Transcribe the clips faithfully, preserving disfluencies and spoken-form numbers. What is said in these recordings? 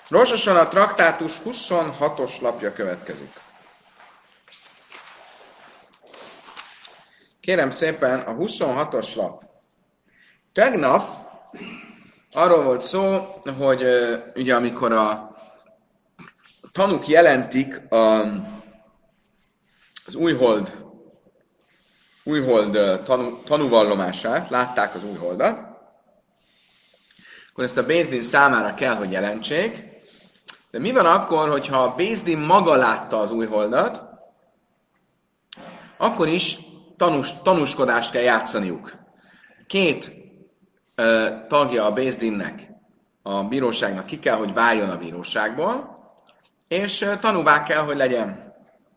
Rosh Hashanah traktátus huszonhatos lapja következik. Kérem szépen, a huszonhatos lap. Tegnap arról volt szó, hogy uh, ugye amikor a tanúk jelentik a, az újhold, újhold tanú, tanúvallomását, látták az újholdat, akkor ezt a Bézdin számára kell, hogy jelentsék. De mi van akkor, hogyha a Bézdin maga látta az újholdat, akkor is tanús, tanúskodást kell játszaniuk. Két ö, tagja a Bézdinnek, a bíróságnak ki kell, hogy váljon a bíróságból, és ö, tanúvá kell, hogy legyen.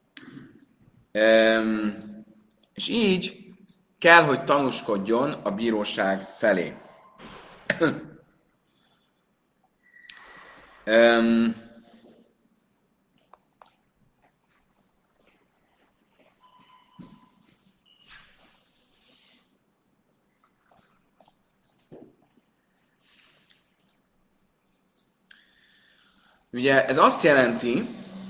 Üm, és így kell, hogy tanúskodjon a bíróság felé. Um, ugye ez azt jelenti,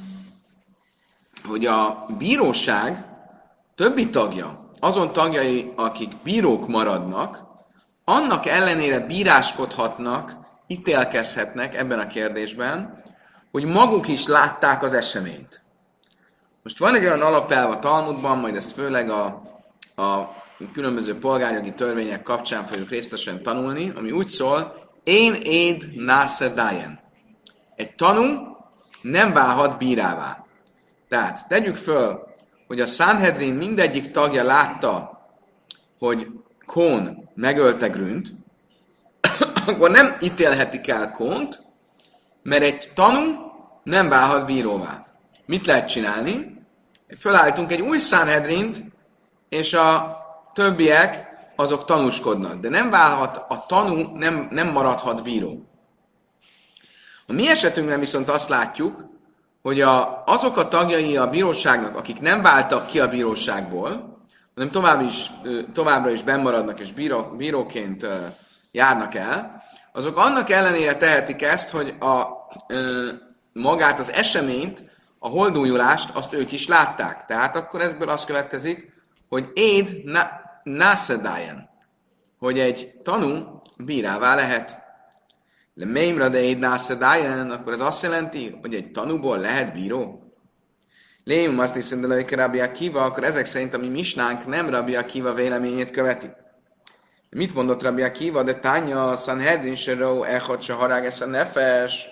hogy a bíróság többi tagja, azon tagjai, akik bírók maradnak, annak ellenére bíráskodhatnak, ítélkezhetnek ebben a kérdésben, hogy maguk is látták az eseményt. Most van egy olyan alapelv a Talmudban, majd ezt főleg a, a különböző polgárjogi törvények kapcsán fogjuk részletesen tanulni, ami úgy szól, én éd násze dajen. Egy tanú nem válhat bírává. Tehát tegyük föl, hogy a Sanhedrin mindegyik tagja látta, hogy Kón megölte Grünt, akkor nem ítélhetik el Kónt, mert egy tanú nem válhat bíróvá. Mit lehet csinálni? Fölállítunk egy új Sanhedrint, és a többiek azok tanúskodnak. De nem válhat, a tanú nem, nem maradhat bíró. A mi esetünkben viszont azt látjuk, hogy a, azok a tagjai a bíróságnak, akik nem váltak ki a bíróságból, hanem tovább is, továbbra is bennmaradnak és bíró, bíróként járnak el, azok annak ellenére tehetik ezt, hogy a, ö, magát az eseményt, a holdújulást, azt ők is látták. Tehát akkor ezből az következik, hogy éd nászedájen, hogy egy tanú bírává lehet. Le mémra de éd nászedájen, akkor ez azt jelenti, hogy egy tanúból lehet bíró. Lémum azt hiszem, de lőke Rabbi Akiva, akkor ezek szerint a mi misnánk nem Rabbi Akiva véleményét követi. Mit mondott Rabbi Akiva? De tánya, Sanhedrin se ró, echad se harág, ez a nefes.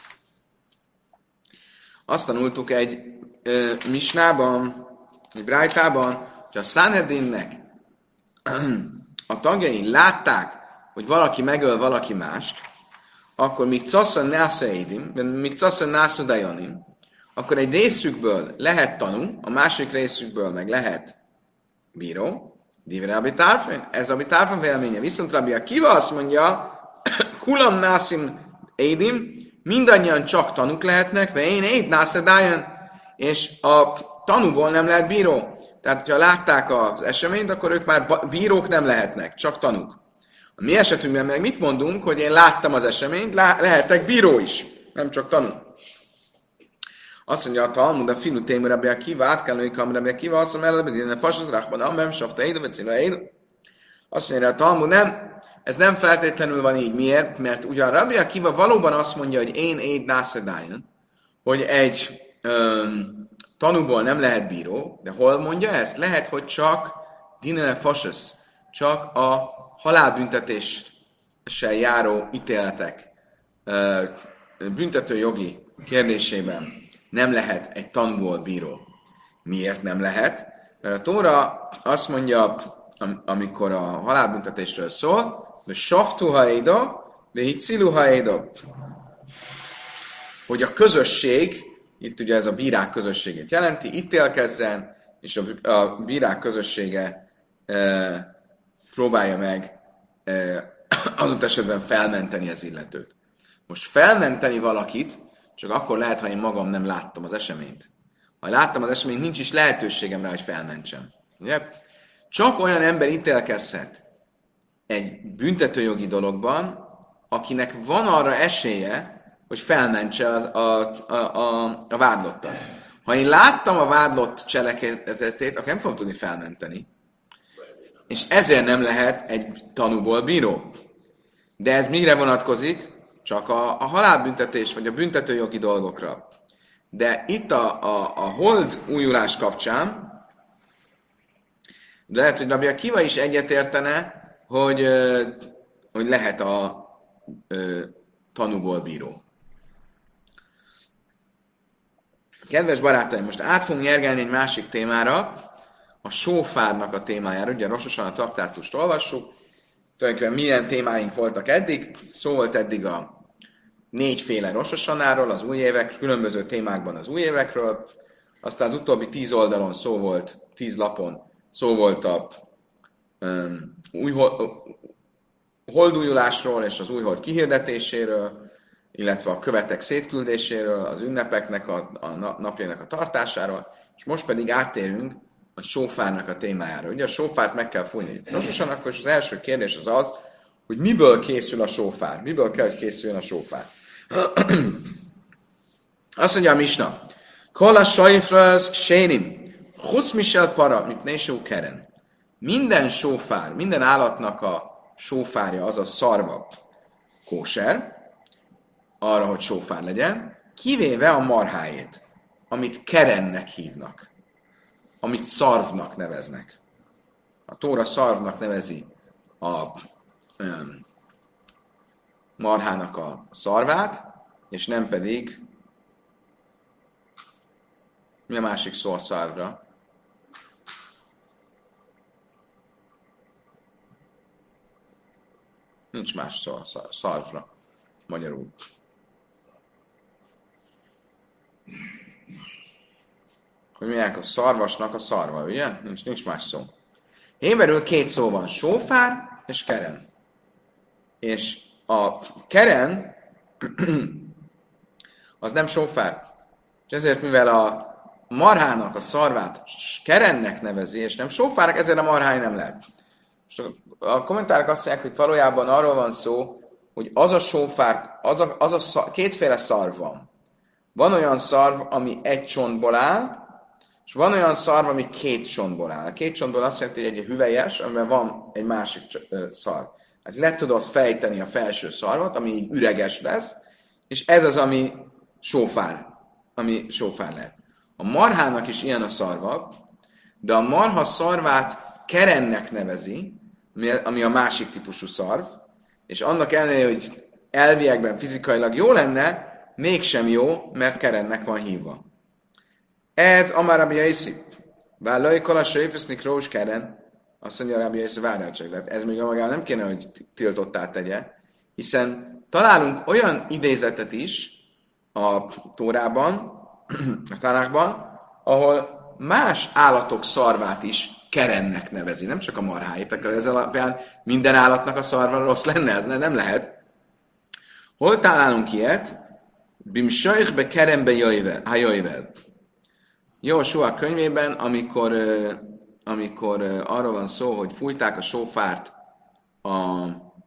Azt tanultuk egy ö, misnában, egy brájtában, hogy a Sanhedrinnek a tagjai látták, hogy valaki megöl valaki mást, akkor míg caszan nászaidim, míg caszan nászudajanim, akkor egy részükből lehet tanú, a másik részükből meg lehet bíró. Divi Rabbi Tarfon, ez Rabbi Tarfon véleménye. Viszont Rabbi Akiva azt mondja, kulam nászim édim, mindannyian csak tanúk lehetnek, de én éd nászedájön, és a tanúból nem lehet bíró. Tehát, hogyha látták az eseményt, akkor ők már bírók nem lehetnek, csak tanúk. A mi esetünkben meg mit mondunk, hogy én láttam az eseményt, lehetek bíró is, nem csak tanú. Azt mondja a Talmud, a filu témű Rabbi Akiva, átkelnői kam Rabbi Akiva, azt mondja, hogy a fasasz rákban, amem, safta édu, vagy célra édu. Azt mondja a Talmud, nem, ez nem feltétlenül van így. Miért? Mert ugyan Rabbi Akiva valóban azt mondja, hogy én éd nászedájön, hogy egy öm, tanúból nem lehet bíró, de hol mondja ezt? Lehet, hogy csak dinele fasasz, csak a halálbüntetéssel járó ítéletek ö, büntetőjogi kérdésében nem lehet egy tanúból bíró. Miért nem lehet? Mert a Tóra azt mondja, amikor a halálbüntetésről szól, de saftu haéda, de hicilu haéda, hogy a közösség, itt ugye ez a bírák közösségét jelenti, ítélkezzen, és a, a bírák közössége e, próbálja meg e, adott esetben felmenteni az illetőt. Most felmenteni valakit, csak akkor lehet, ha én magam nem láttam az eseményt. Ha láttam az eseményt, nincs is lehetőségem rá, hogy felmentsem. Ugye? Csak olyan ember ítélkezhet egy büntetőjogi dologban, akinek van arra esélye, hogy felmentse a, a, a, a, a vádlottat. Ha én láttam a vádlott cselekedetét, akkor nem fogom tudni felmenteni. És ezért nem lehet egy tanúból bíró. De ez mire vonatkozik? Csak a, a halálbüntetés, vagy a büntetőjogi dolgokra. De itt a, a, a hold újulás kapcsán, de lehet, hogy Rabbi Akiva is egyetértene, hogy, hogy lehet a ö, tanúból bíró. Kedves barátaim, most át fogunk nyergelni egy másik témára, a sófárnak a témájára. Ugye Rososan a traktátust olvassuk, tulajdonképpen milyen témáink voltak eddig, szó volt eddig a négyféle Rososanáról, az új évek, különböző témákban az új évekről, aztán az utóbbi tíz oldalon szó volt, tíz lapon szó volt a um, új holdújulásról és az új hold kihirdetéséről, illetve a követek szétküldéséről, az ünnepeknek a, a napjának a tartásáról, és most pedig áttérünk a sófárnak a témájára. Ugye a sófárt meg kell fújni. Rososan akkor az első kérdés az az, hogy miből készül a sófár? Miből kell, hogy készüljön a sófár? Azt mondja a Misna, Kola sajfröz sérim, chusz misel para, mit nésú keren. Minden sófár, minden állatnak a sófárja, az a szarva kóser, arra, hogy sófár legyen, kivéve a marhájét, amit kerennek hívnak, amit szarvnak neveznek. A Tóra szarvnak nevezi a um, marhának a szarvát, és nem pedig mi a másik szó a szarvra? Nincs más szó a szarvra, magyarul. Hogy mondják, a szarvasnak a szarva, ugye? Nincs, nincs más szó. Héberül két szó van, sófár és keren. És a keren az nem sófár. És ezért, mivel a marhának a szarvát kerennek nevezi, és nem sófárnak, ezért a marháj nem lehet. Most a kommentárok azt mondják, hogy valójában arról van szó, hogy az a sófár, az a, az a szar, kétféle szarv van. Van olyan szarv, ami egy csontból áll, és van olyan szarv, ami két csontból áll. A két csontból azt jelenti, hogy egy hüvelyes, amiben van egy másik szarv. Hát le tudod fejteni a felső szarvat, ami így üreges lesz, és ez az, ami sófár, ami sófár lehet. A marhának is ilyen a szarva, de a marha szarvát kerennek nevezi, ami a másik típusú szarv, és annak ellenére, hogy elviekben fizikailag jó lenne, mégsem jó, mert kerennek van hívva. Ez Amar Rabbi Yossi. Vállai kala sejfesznik rós keren. Azt mondja Rabbi Yossi, várjál csak. Tehát ez még magában nem kéne, hogy tiltottá tegye, hiszen találunk olyan idézetet is a Tórában, a Tanákban, ahol más állatok szarvát is kerennek nevezi, nem csak a marháit. Ez alapján minden állatnak a szarva rossz lenne, ez nem lehet. Hol találunk ilyet? Bimsajch be kerembe jöjvel. Jósua könyvében, amikor, amikor arról van szó, hogy fújták a sófárt a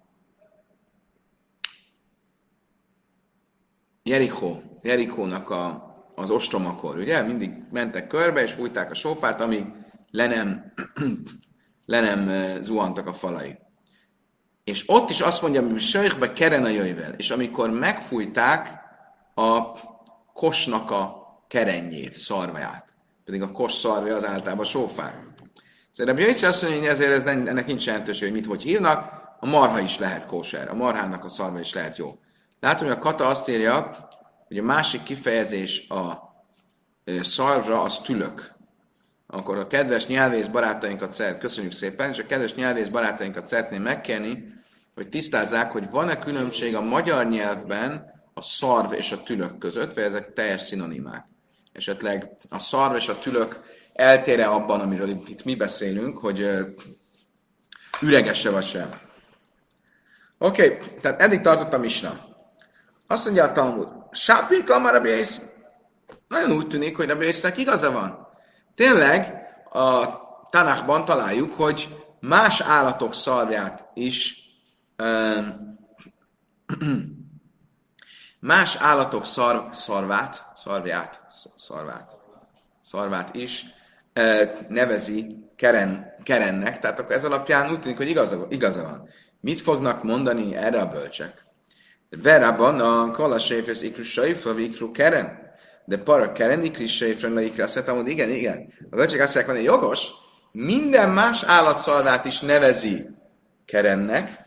Jericho, Jerichónak a, az ostromakor, ugye? Mindig mentek körbe, és fújták a sófárt, amíg le nem, le nem zuhantak a falai. És ott is azt mondja, hogy sejkbe keren a jöjvel, és amikor megfújták a kosnak a kerenjét, szarvaját, pedig a kos szarvja az általában sófár. Szóval Rabbi Yossi azt mondja, hogy ezért ez nem, ennek nincs jelentőség, hogy mit hogy hívnak, a marha is lehet kóser, a marhának a szarva is lehet jó. Látom, hogy a Kata azt írja, hogy a másik kifejezés a szarvra az tülök. Akkor a kedves nyelvész barátainkat szeret, köszönjük szépen, és a kedves nyelvész barátainkat szeretném megkérni, hogy tisztázzák, hogy van-e különbség a magyar nyelvben a szarv és a tülök között, vagy ezek teljes szinonimák. Esetleg a szarv és a tülök eltér-e abban, amiről itt mi beszélünk, hogy üregese vagy sem. Oké, okay, tehát eddig tartott a Misna. Azt mondja a Talmud, Sápik Amar Rabbi Yossi. Nagyon úgy tűnik, hogy Rabbi Yossinek igaza van. Tényleg a Tanachban találjuk, hogy más állatok szarvját is um, más állatok szar, szarvát, szarvját, szarvát, szarvát is e, nevezi keren, kerennek, tehát akkor ez alapján úgy tűnik, hogy igaza, igaza van. Mit fognak mondani erre a bölcsek? Verában a kalasséfres ikru sajfa, ikru keren, de para keren ikri sajfren le ikra szetamod. Igen, igen. A bölcsek azt mondják, hogy jogos, minden más állatszarvát is nevezi kerennek,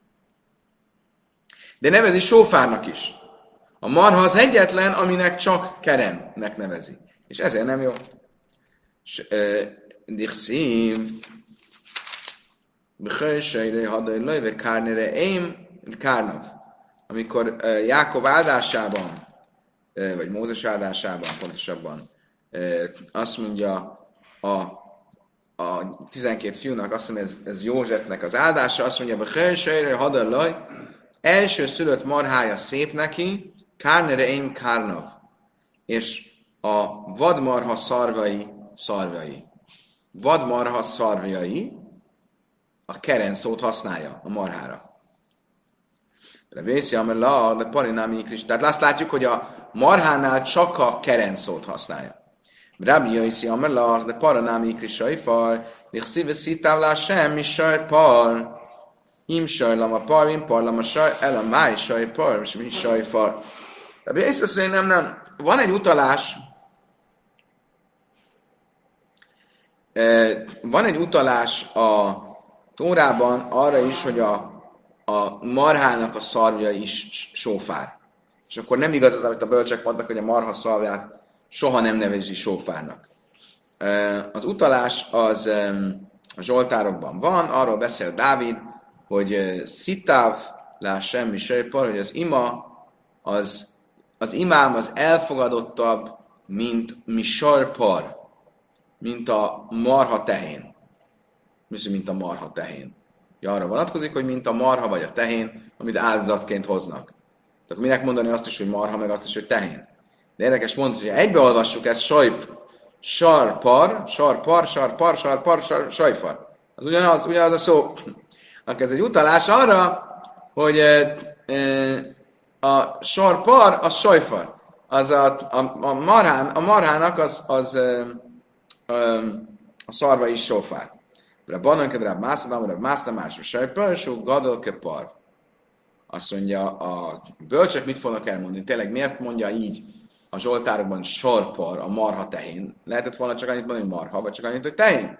de nevezi sófárnak is. A marha az egyetlen, aminek csak kerennek nevezi. És ezért nem jó. Dichszív Bechősejre hadai lőve kárnere ém kárnav. Amikor uh, Jákov áldásában, uh, vagy Mózes áldásában pontosabban, uh, azt mondja a, a tizenkét fiúnak, azt mondja, ez, ez Józsefnek az áldása, azt mondja, Bechősejre hadai lőve, első szülött marhája szép neki, kárnere ém kárnav. És a vadmarha szarvai szarvai. Vadmarha szarvai a keren szót használja a marhára. De vészi amella, de parinámi kris. Tehát azt látjuk, hogy a marhánál csak a keren szót használja. Rabbi Jaiszi amella, de parinámi kris sajfar, de szíve szítávlá sem, is sajpar. Im sajlam a par, im parlam a saj, el a máj sajpar, és mi sajfar. Rabbi Jaiszi azt mondja, nem, nem. Van egy utalás, van egy utalás a Tórában arra is, hogy a, a marhának a szarvja is sófár. És akkor nem igaz az, amit a bölcsek mondnak, hogy a marha szarvját soha nem nevezi sófárnak. Az utalás az a Zsoltárokban van, arról beszél Dávid, hogy szitáv lá semmi sejpar, hogy az ima, az, az imám az elfogadottabb, mint mi sarpar, mint a marha tehén. Viszont mint a marha tehén. Ja, arra vonatkozik, hogy mint a marha vagy a tehén, amit áldozatként hoznak. Tehát minek mondani azt is, hogy marha, meg azt is, hogy tehén. De érdekes mondani, hogy egybeolvassuk ezt, sajf, sarpar, sarpar, sarpar, sarpar, sar, sajfar. Az ugyanaz, ugyanaz a szó. Akkor ez egy utalás arra, hogy e, e, a sarpar, az sajfar. Az a, a, a, marhán, a marhának az, az e, e, a szarva is sofár. Rabbanan kedrább mászadám, rabb mászadám, másra sajpar, és gadolke par. Azt mondja, a bölcsek mit fognak elmondani? Tényleg miért mondja így a Zsoltárokban sarpar, a marha tehén? Lehetett volna csak annyit mondani, hogy marha, vagy csak annyit, hogy tehén?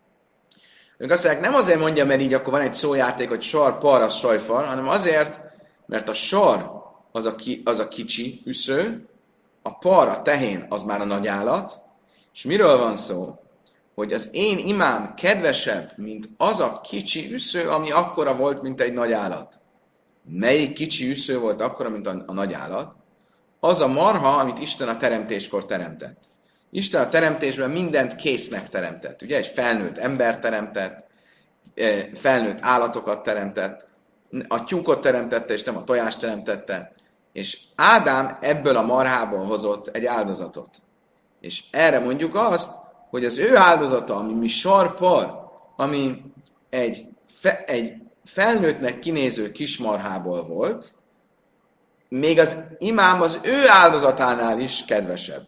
Ők azt mondják, nem azért mondja, mert így akkor van egy szójáték, hogy sarpar, az sajfar, hanem azért, mert a sar az a, ki, az a kicsi üsző, a par, a tehén, az már a nagy állat, és miről van szó? Hogy az én imám kedvesebb, mint az a kicsi üsző, ami akkora volt, mint egy nagy állat. Melyik kicsi üsző volt akkora, mint a, a nagy állat? Az a marha, amit Isten a teremtéskor teremtett. Isten a teremtésben mindent késznek teremtett. Ugye egy felnőtt ember teremtett, felnőtt állatokat teremtett, a tyúkot teremtette, és nem a tojást teremtette. És Ádám ebből a marhából hozott egy áldozatot. És erre mondjuk azt, hogy az ő áldozata, ami mi sarpar, ami egy, fe, egy felnőttnek kinéző kismarhából volt, még az imám az ő áldozatánál is kedvesebb.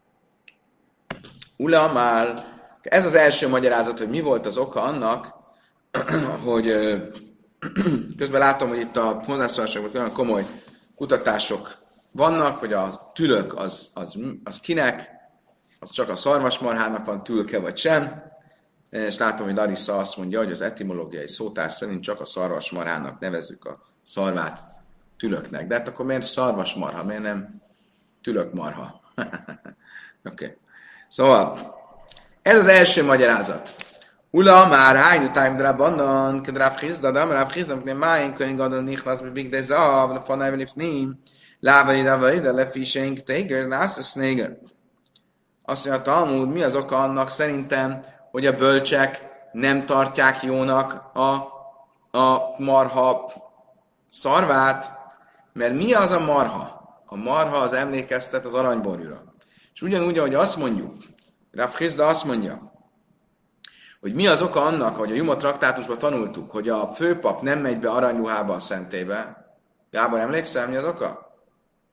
Ulamál, ez az első magyarázat, hogy mi volt az oka annak, hogy közben látom, hogy itt a hozzászólásokban olyan komoly kutatások vannak, hogy a tülök az, az, az kinek, az csak a szarvasmarhának van tülke vagy sem, és látom, hogy Larissa azt mondja, hogy az etimológiai szótár szerint csak a szarvasmarhának nevezzük a szarvát tülöknek. De hát akkor miért szarvasmarha, miért nem tülökmarha? Oké. Okay. Szóval, ez az első magyarázat. Ula már hájnu tájm drabannan, kedráv hizdadam, ráv hizdam, kné májn, könyv gadon nichlász, big de zav, le fanájban ifnim, lába ide, lába ide, le fiseink, tégер, nász néger. Azt mondja a Talmud, mi az oka annak szerintem, hogy a bölcsek nem tartják jónak a, a marha szarvát, mert mi az a marha? A marha az emlékeztet az aranyborjúra. És ugyanúgy, ahogy azt mondjuk, Rav Hizda azt mondja, hogy mi az oka annak, hogy a Juma traktátusban tanultuk, hogy a főpap nem megy be aranyruhába a szentébe. Gábor, emlékszel, mi az oka?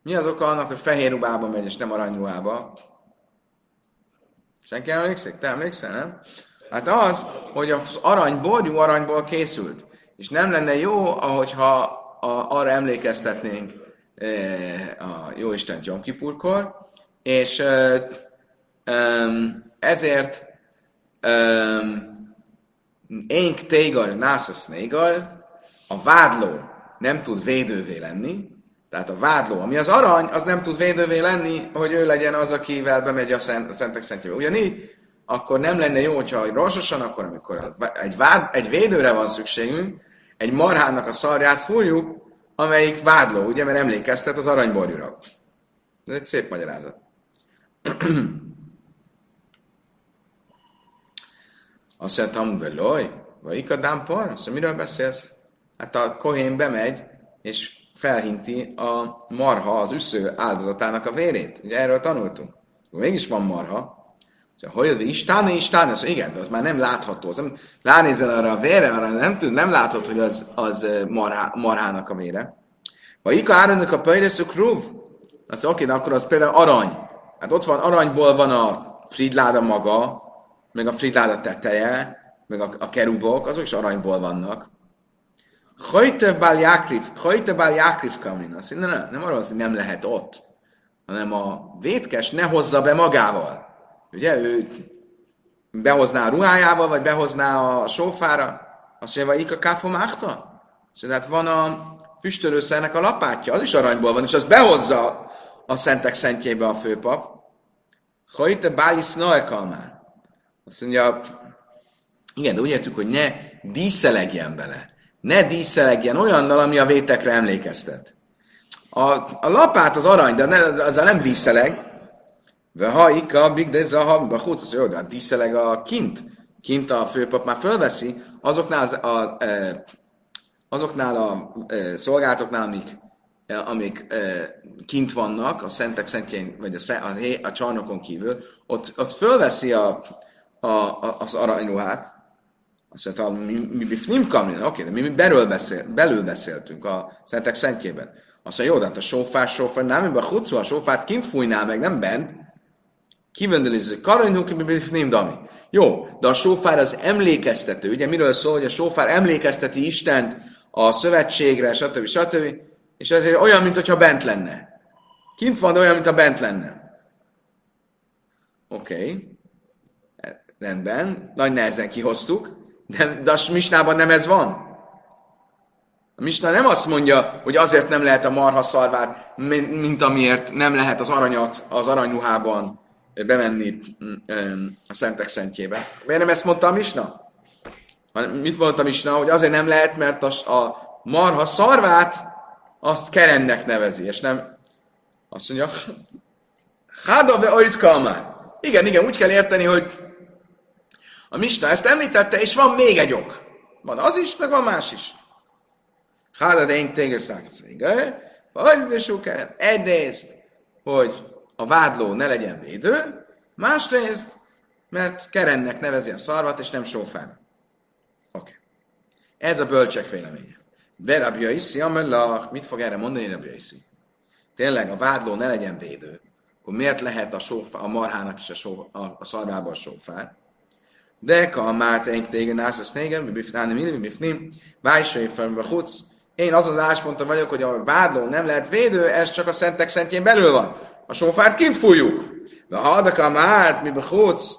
Mi az oka annak, hogy fehér ruhába megy, és nem aranyruhába? Senki emlékszik? Te emlékszel, nem? Hát az, hogy az arany borjú aranyból készült. És nem lenne jó, ahogyha a, arra emlékeztetnénk e, a Jóistent Jom Kipurkor, és e, e, ezért Énk tégar, nászas négar, a vádló nem tud védővé lenni, tehát a vádló, ami az arany, az nem tud védővé lenni, hogy ő legyen az, akivel bemegy a, szent, a szentek szentjébe. Ugyanígy, akkor nem lenne jó, hogyha rososan, akkor amikor egy, vád, egy védőre van szükségünk, egy marhának a szarját fúrjuk, amelyik vádló, ugye, mert emlékeztet az aranyborjúra. Ez egy szép magyarázat. Azt mondtam, veloj, vagy ikadámpon? Szóval miről beszélsz? Hát a kohén bemegy, és felhinti a marha, az üsző áldozatának a vérét. Ugye erről tanultunk. Mégis van marha. Szóval, hogy Istán, Istán, az igen, de az már nem látható. Az nem, ránézel arra a vére, arra nem tud, nem látod, hogy az, az marhá, marhának a vére. Vagy ika áronnak a pajreszük rúv? Azt oké, de akkor az például arany. Hát ott van, aranyból van a fridláda maga, meg a fridláda teteje, meg a, a kerubok, azok is aranyból vannak. Hajtebál Jákrif, Hajtebál Jákrif kamin. Azt mondja, nem, nem arról az, hogy nem lehet ott, hanem a vétkes ne hozza be magával. Ugye, ő behozná a ruhájával, vagy behozná a sófára, azt mondja, vagy ika káfomákta? Szóval hát van a füstölőszernek a lapátja, az is aranyból van, és az behozza a szentek szentjébe a főpap. Hajtebál Isznael kalmán. Azt mondja, igen, de úgy értük, hogy ne díszelegjen bele. Ne díszelegjen olyannal, ami a vétekre emlékeztet. A, a lapát az arany, de ne, azzal nem díszeleg. De ha ika, big de zaha, bachúc, az jó, de hát díszeleg a kint. Kint a főpap már fölveszi, azoknál, az, a, e, azoknál a e, szolgálatoknál, amik, e, amik e, kint vannak, a szentek szentjén, vagy a, a, a csarnokon kívül, ott, ott fölveszi a A, a, az aranyruhát, azt mondta, mi, mi bifnim kamlin, oké, de mi, mi belül, beszél, belül beszéltünk a szentek szentjében. Azt mondja, jó, de hát a sófár, sófár, nem, miben a hucú, a sófát kint fújnál meg, nem bent, kivendelizzük, karajnunk, mi bifnim dami. Jó, de a sófár az emlékeztető, ugye miről szól, hogy a sófár emlékezteti Istent a szövetségre, stb. stb. És ezért olyan, mintha bent lenne. Kint van, de olyan, mintha bent lenne. Oké. Okay. Rendben, nagy nehezen kihoztuk, de, de a misnában nem ez van. A misna nem azt mondja, hogy azért nem lehet a marha szarvát, mint amiért nem lehet az aranyat az aranyruhában bemenni a szentek szentjébe. Miért nem ezt mondta a misna? Mit mondta a misna? Hogy azért nem lehet, mert a, a marha szarvát azt kerennek nevezi, és nem azt mondja, hádave ajt kalmán. Igen, igen, úgy kell érteni, hogy a misna ezt említette, és van még egy ok. Van az is, meg van más is. Hálad én téged szállítszége, vagy besúkeren. Egyrészt, hogy a vádló ne legyen védő, másrészt, mert kerennek nevezi a szarvat, és nem sófán. Oké. Okay. Ez a bölcsek véleménye. De Rabbi Yossi, amellach, mit fog erre mondani Rabbi Yossi? Tényleg a vádló ne legyen védő. Akkor miért lehet a, sófá, a marhának is a, sóf, a, a szarvában sófár? De ha már te téged nász négen, mi bifnáni, mi bifnim, vájsai felbe chuc. Én azon az állásponton vagyok, hogy a vádló nem lehet védő, ez csak a szentek szentjén belül van. A sófárt kint fújjuk. De ha adaka már, mi bechuc,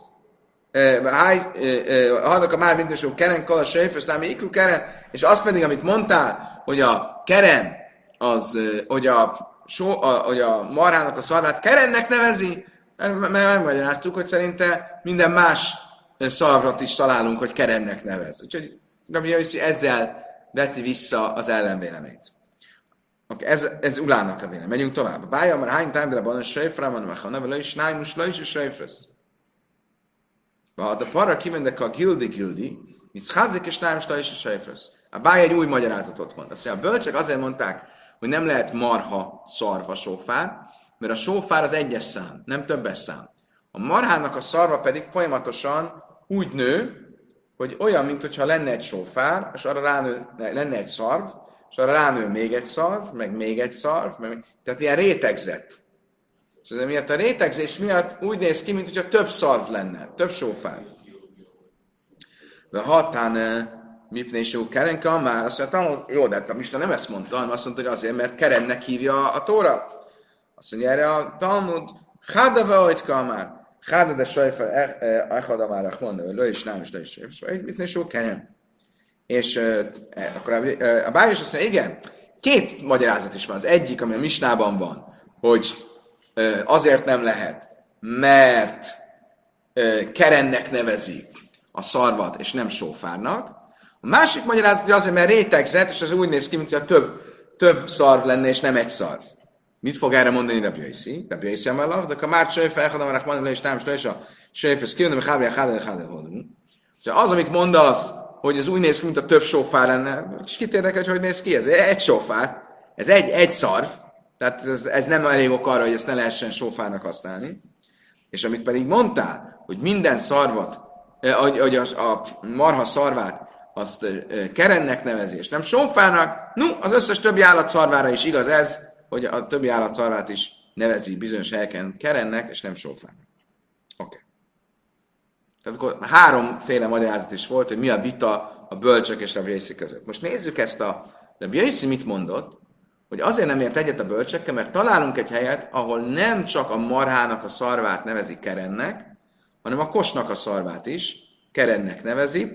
adaka már, mint a keren, kala, sejfös, lámi ikru keren, és az pedig, amit mondtál, hogy a keren, az, hogy a, so, a, hogy a marhának a szarvát kerennek nevezi, mert megmagyaráztuk, hogy szerinte minden más szarvat is találunk, hogy kerennek nevez. Úgyhogy Rabbi Yossi ezzel veti vissza az ellenvéleményt. Okay, ez, ez Ulának a vélemény. Megyünk tovább. Bája, már hány támadában a sejfra van, ha neve le is nájmus, le is a sejfresz. Ha a para kivendek a gildi-gildi, mit házik és nájmus, le is a sejfresz. A Bája egy új magyarázatot mond. Azt mondja, a bölcsek azért mondták, hogy nem lehet marha szarva sófár, mert a sófár az egyes szám, nem többes szám. A marhának a szarva pedig folyamatosan úgy nő, hogy olyan, mintha lenne egy sófár, és arra ránő, lenne egy szarv, és arra ránő még egy szarv, meg még egy szarv, meg... tehát ilyen rétegzett. És ezért miatt a rétegzés miatt úgy néz ki, mintha több szarv lenne, több sófár. De hatán mipnésú kerenka már azt mondta, jó, de a Misna nem ezt mondta, hanem azt mondta, hogy azért, mert kerennek hívja a Tóra. Azt mondja erre a Talmud, Hádava olytka már. Háda de sajfa echada már achmond, vagy lő is nem is lő is. Mit ne sok keren. És uh, akkor a, uh, a Bájos azt mondja, igen, két magyarázat is van. Az egyik, ami a Misnában van, hogy uh, azért nem lehet, mert uh, kerennek nevezik a szarvat, és nem sófárnak. A másik magyarázat, hogy azért, mert rétegzett, és az úgy néz ki, mintha több, több szarv lenne, és nem egy szarv. Mit fog erre mondani Rabbi Yossi? Rabbi Yossi amarav, de kamár csőfe, echad amarach mandel, és nem is a csőfe, ez kijön, de hábja, hábja, hábja, hábja. Az, amit mondasz, hogy ez úgy néz ki, mint a több sófár lenne, és kit érdekel, hogy hogy néz ki? Ez egy sófár, ez egy, egy szarv, tehát ez, ez nem elég ok arra, hogy ezt ne lehessen sófárnak használni. És amit pedig mondtál, hogy minden szarvat, hogy a, a marha szarvát, azt kerennek nevezi, és nem sófárnak, no, az összes többi állat szarvára is igaz ez, hogy a többi állatszarvát is nevezi bizonyos helyeken kerennek, és nem sófárnak. Oké. Okay. Tehát akkor háromféle magyarázat is volt, hogy mi a vita a bölcsök és Rabbi Yossi között. Most nézzük ezt a... Rabbi Yossi mit mondott, hogy azért nem ért egyet a bölcsökkel, mert találunk egy helyet, ahol nem csak a marhának a szarvát nevezi kerennek, hanem a kosnak a szarvát is kerennek nevezi,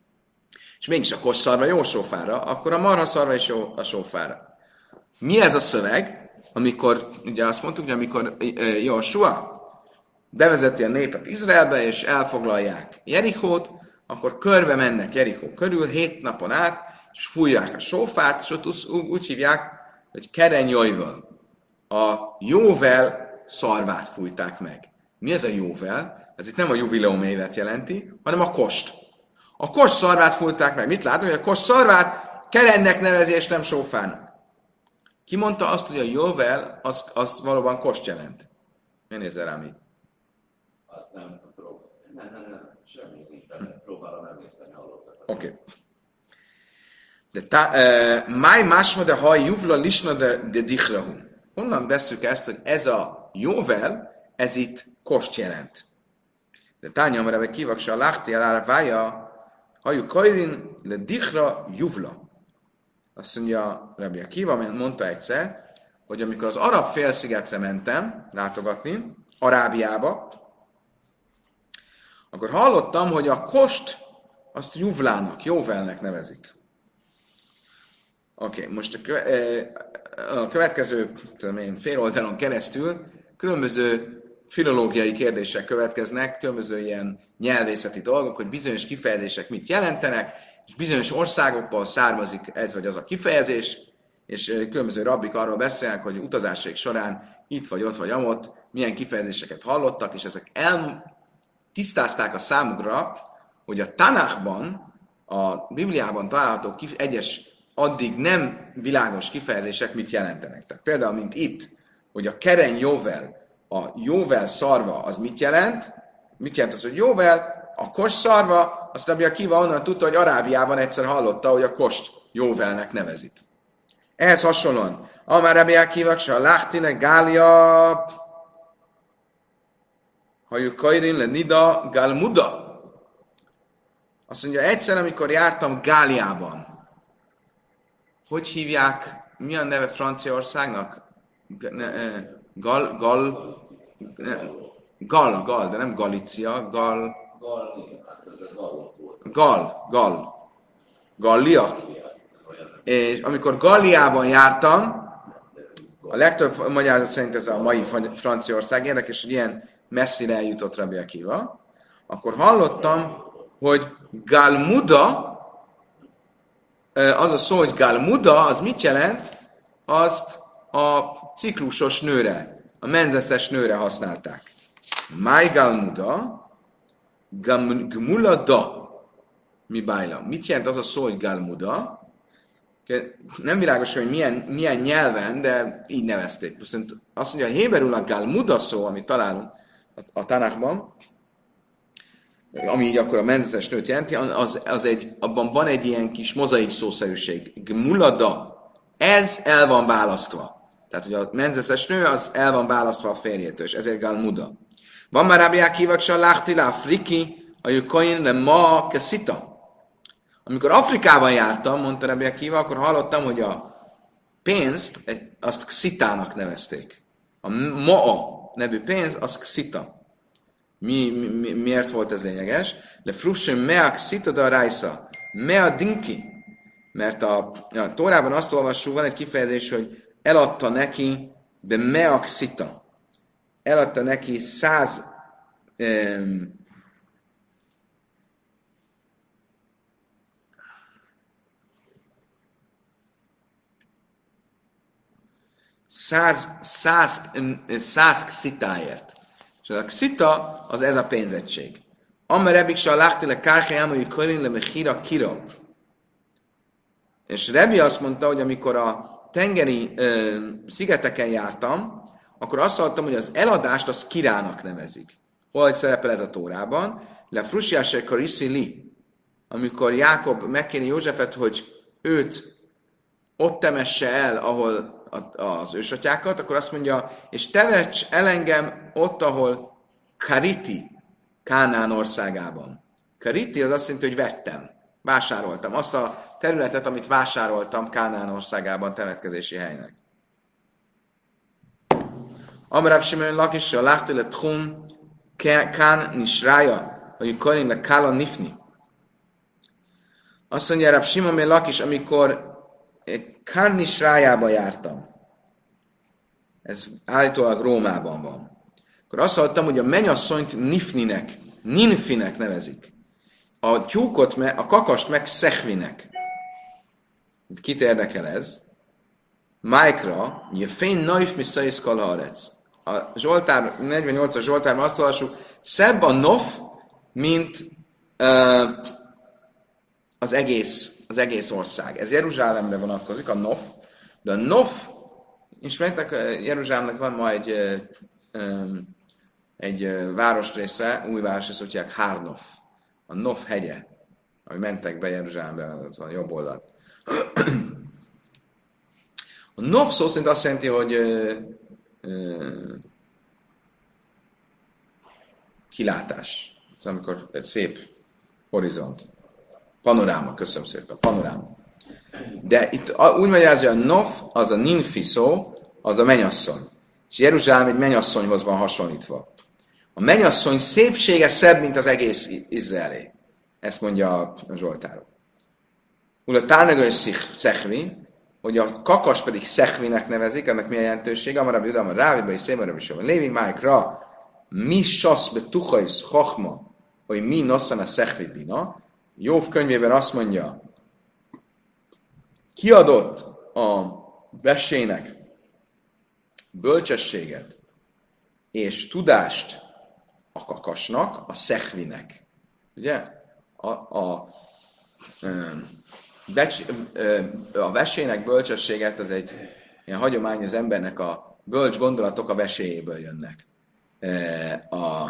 és mégis a kos szarva jó sófára, akkor a marha szarva is jó a sófára. Mi ez a szöveg, amikor, ugye azt mondtuk, hogy amikor Jósua bevezeti a népet Izraelbe, és elfoglalják Jerichót, akkor körbe mennek Jerichó körül, hét napon át, és fújják a sófárt, és ott úgy hívják, hogy kerenyojval. A jóvel szarvát fújták meg. Mi ez a jóvel? Ez itt nem a jubileum évet jelenti, hanem a kost. A kost szarvát fújták meg. Mit látom, hogy a kost szarvát kerennek nevezi, és nem sófának. Ki mondta azt, hogy a jóvel az, az valóban kost jelent? Miért nézel rám így? Hát nem, próbál. Nem, nem, nem, semmi nincs benne. Próbálom emészteni hallottakat. Oké. Okay. De máj másma de ha juvla lisna de dichrahu. Honnan veszük ezt, hogy ez a jóvel, ez itt kost jelent? De tányom rá, kivaksa a láhti elára vája, hajú kajrin le dichra juvla. Azt mondja, Rabbi Akiva mondta egyszer, hogy amikor az arab félszigetre mentem látogatni, Arábiába, akkor hallottam, hogy a kost azt juvlának, jóvelnek nevezik. Oké, okay, most a, köve- a következő tudom én, fél oldalon keresztül különböző filológiai kérdések következnek, különböző ilyen nyelvészeti dolgok, hogy bizonyos kifejezések mit jelentenek, és bizonyos országokból származik ez vagy az a kifejezés, és különböző rabbik arról beszélnek, hogy utazásaik során itt vagy ott vagy amott milyen kifejezéseket hallottak, és ezek eltisztázták a számukra, hogy a Tanachban, a Bibliában található kif- egyes addig nem világos kifejezések mit jelentenek. Tehát például, mint itt, hogy a kereny jóvel, a jóvel szarva az mit jelent? Mit jelent az, hogy jóvel? A kos szarva, azt Rabbi Akiva onnan tudta, hogy Arábiában egyszer hallotta, hogy a kost jóvelnek nevezik. Ehhez hasonlóan, amár Rabbi Akiva, se a láhtine gália, hajú kajrin le nida gálmuda. Azt mondja, egyszer, amikor jártam Gáliában, hogy hívják, mi a neve Franciaországnak? Gal, gal, gal, gal, de nem Galícia, gal, gal, gal, Gallia. És amikor Galliában jártam, a legtöbb magyarázat szerint ez a mai Franciaország, érdekes, hogy ilyen messzire eljutott Rabbi Akiva, akkor hallottam, hogy Galmuda, az a szó, hogy Galmuda, az mit jelent? Azt a ciklusos nőre, a menzeszes nőre használták. Máj Galmuda, Gmulada, mi bájla. Mit jelent az a szó, hogy Galmuda? Nem világos, hogy milyen, milyen nyelven, de így nevezték. Viszont azt mondja, a héberül a Galmuda szó, amit találunk a, a Tanachban, ami így akkor a menzeszes nőt jelenti, az, az egy, abban van egy ilyen kis mozaik szószerűség. Gmulada, Ez el van választva. Tehát, hogy a menzeszes nő az el van választva a férjétől, és ezért gál muda. Van már Rabbi Akiva láhtila friki, a jukain le ma keszita. Amikor Afrikában jártam, mondta Rabbi Akiva, akkor hallottam, hogy a pénzt, azt kszitának nevezték. A maa nevű pénz, az kszita. Mi, mi, miért volt ez lényeges? Le frusse mea kszita da rajsa. Mea dinki. Mert a, a Tórában azt olvassuk, van egy kifejezés, hogy eladta neki be mea kszita. Eladta neki száz um, Száz, száz, száz kszitáért. És a kszita az ez a pénzettség. Amma Rebik se a láhtile kárhelyám, hogy körin le mechira kira. És Rebi azt mondta, hogy amikor a tengeri ö, szigeteken jártam, akkor azt hallottam, hogy az eladást az kirának nevezik. Hol szerepel ez a Tórában? Le frusiáse kariszi li. Amikor Jákob megkéri Józsefet, hogy őt ott temesse el, ahol az ősatyákat, akkor azt mondja, és temetsz el engem ott, ahol Kariti, Kánán országában. Kariti az azt jelenti, hogy vettem, vásároltam. Azt a területet, amit vásároltam Kánán országában temetkezési helynek. Amrab Simon Lakisra láhtile tchum Kán nisrája, hogy karim le Kála nifni. Azt mondja Rab Simon Lakis, amikor Kán nisrájába jártam. Ez állítólag Rómában van. Akkor azt hallottam, hogy a mennyasszonyt Nifninek, Ninfinek nevezik. A tyúkot, a kakast meg Szechvinek. Kit érdekel ez? Májkra, Jefén Naif Miszaisz Kalharec. A Zsoltár, negyvennyolcas Zsoltárban azt olvassuk, szebb a nof, mint uh, az egész az egész ország. Ez Jeruzsálemre vonatkozik, a Nof, de a Nof, ismertek, Jeruzsálemnek van ma egy, egy városrésze, új városrésze, úgy hívják Hárnof, a Nof hegye, ahogy mentek be Jeruzsálembe, az a jobb oldalt. A Nof szó szerint azt jelenti, hogy ö, ö, kilátás. Ez amikor szép horizont. Panoráma, köszönöm szépen, panoráma. De itt úgy magyarázja, hogy a Nof, az a Ninfi szó, az a mennyasszony. És Jeruzsálem egy mennyasszonyhoz van hasonlítva. A mennyasszony szépsége szebb, mint az egész Izraelé. Ezt mondja a Zsoltárok. Ula tárnagös szechvi, hogy a kakas pedig szechvinek nevezik, ennek milyen jelentősége, amarabb judam a ráviba és szémarab is van. Lévi májkra, mi sasz be tuchajsz chachma, hogy mi nosszan a szechvi bina. Jóv könyvében azt mondja, kiadott a vesének bölcsességet és tudást a kakasnak, a szechvinek. Ugye? A, a, a vesének bölcsességet, az egy ilyen hagyomány, az embernek a bölcs gondolatok a veséjéből jönnek. A,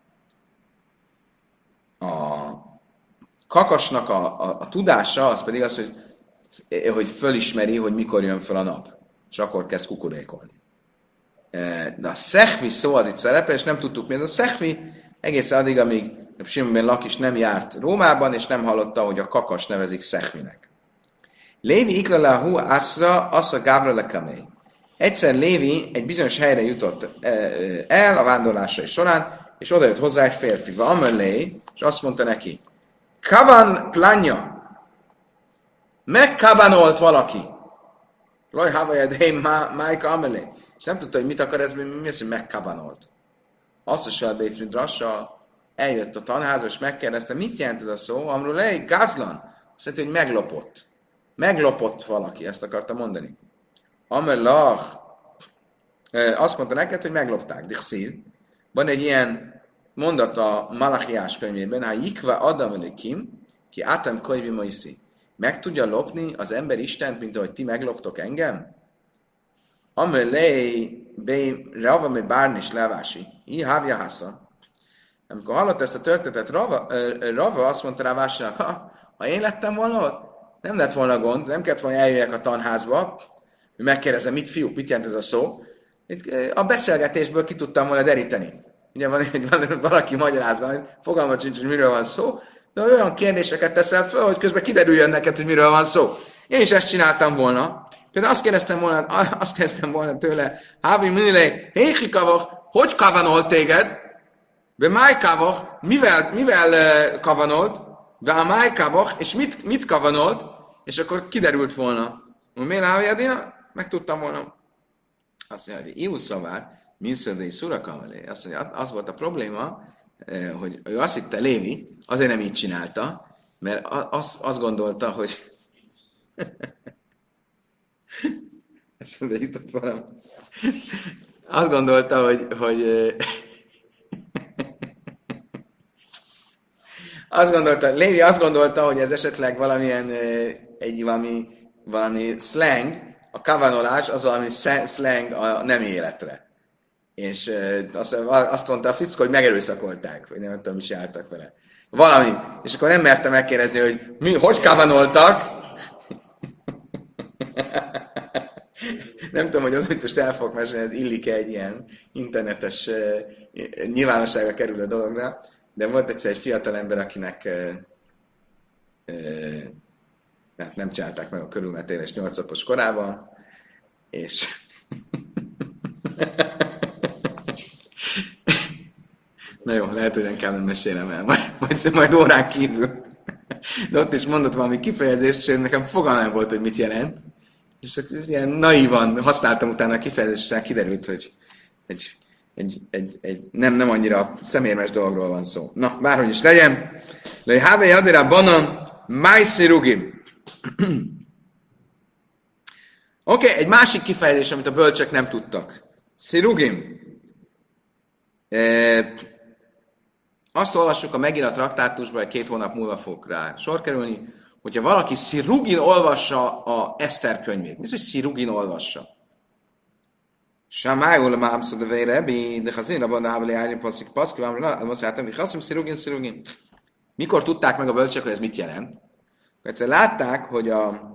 a kakasnak a, a, a tudása, az pedig az, hogy, hogy fölismeri, hogy mikor jön föl a nap, és akkor kezd kukurékolni. De a szechvi szó az itt szerepel, és nem tudtuk mi ez a szechvi, egészen addig, amíg Simon ben Lakis nem járt Rómában, és nem hallotta, hogy a kakas nevezik szechvinek. Lévi iklalahu asra assa gávra lekamei. Egyszer Lévi egy bizonyos helyre jutott el a vándorlásai során, és oda jött hozzá egy férfi, Vamelé, és azt mondta neki, Kaban planya, megkabanolt valaki. Laj, havajad, hey, Mike Amelé. És nem tudta, hogy mit akar ez, mi az, hogy megkabanolt. Azt a Selbéc Midrasa eljött a tanházba, és megkérdezte, mit jelent ez a szó? Amrulei, gazlan. Azt mondta, hogy meglopott. Meglopott valaki, ezt akarta mondani. Amelach, azt mondta neked, hogy meglopták. Dixir. Van egy ilyen mondat a Malachiás könyvében, ha jikva adam elikim, ki átem könyvi maiszi. Meg tudja lopni az ember Istent, mint ahogy ti megloptok engem? Amelé, bé, rava me bárnis levási. I hávja hásza. Amikor hallott ezt a történetet, Rava, Rava azt mondta rá Vásárnak, ha, ha én lettem volna ott, nem lett volna gond, nem kellett volna eljöjjek a tanházba, megkérdezem, mit fiúk, mit jelent ez a szó. Itt a beszélgetésből ki tudtam volna deríteni. Ugye van, van valaki magyarázva, hogy fogalma sincs, hogy miről van szó, de olyan kérdéseket teszel fel, hogy közben kiderüljön neked, hogy miről van szó. Én is ezt csináltam volna. Például azt kérdeztem volna, azt kérdeztem volna tőle, Hávi Minilei, Héki Kavach, hogy kavanolt téged? De máj Kavach, mivel, mivel kavanolt? De a máj Kavach, és mit, mit kavanolt? És akkor kiderült volna. Miért Hávi Adina? Megtudtam volna. Azt mondja, hogy Iu szavár, Minszödei Szurakamalé. Azt mondja, az volt a probléma, hogy ő azt hitte, Lévi, azért nem így csinálta, mert azt, azt gondolta, hogy eszembe jutott valami. Azt gondolta, hogy, hogy azt gondolta, Lévi azt gondolta, hogy ez esetleg valamilyen egy valami, valami slang, a kavanolás az valami slang a nem életre. És azt, azt mondta a fickó, hogy megerőszakolták, vagy nem tudom, mi csináltak vele. Valami. És akkor nem merte megkérdezni, hogy mi, hogy kavanoltak. Nem tudom, hogy az, hogy most el fogok mesélni, ez illik egy ilyen internetes uh, nyilvánosságra kerülő dologra, de volt egyszer egy fiatal ember, akinek uh, uh, hát nem csinálták meg a körülmetélés nyolc napos korában, és na jó, lehet, hogy nem kell nem mesélem el, majd, majd, majd órán kívül. De ott is mondott valami kifejezést, és nekem fogalmam volt, hogy mit jelent. És ilyen naívan használtam utána a kifejezést, és kiderült, hogy egy, egy, egy, egy nem, nem annyira szemérmes dologról van szó. Na, bárhogy is legyen. Lej Hávé Adira Banan Májszirugim. Oké, okay, egy másik kifejezés, amit a bölcsek nem tudtak. Szirugim. E, azt olvassuk a Megila traktátusban, hogy két hónap múlva fog rá sor kerülni, hogyha valaki szirugin olvassa a Eszter könyvét. Mi az, hogy szirugin olvassa? Samájul mámszod a vejrebi, de hazén abban a hábeli állni passzik paszki, vám rá, azt mondtam, hogy haszom szirugin, szirugin. Mikor tudták meg a bölcsek, hogy ez mit jelent? Egyszer látták, hogy a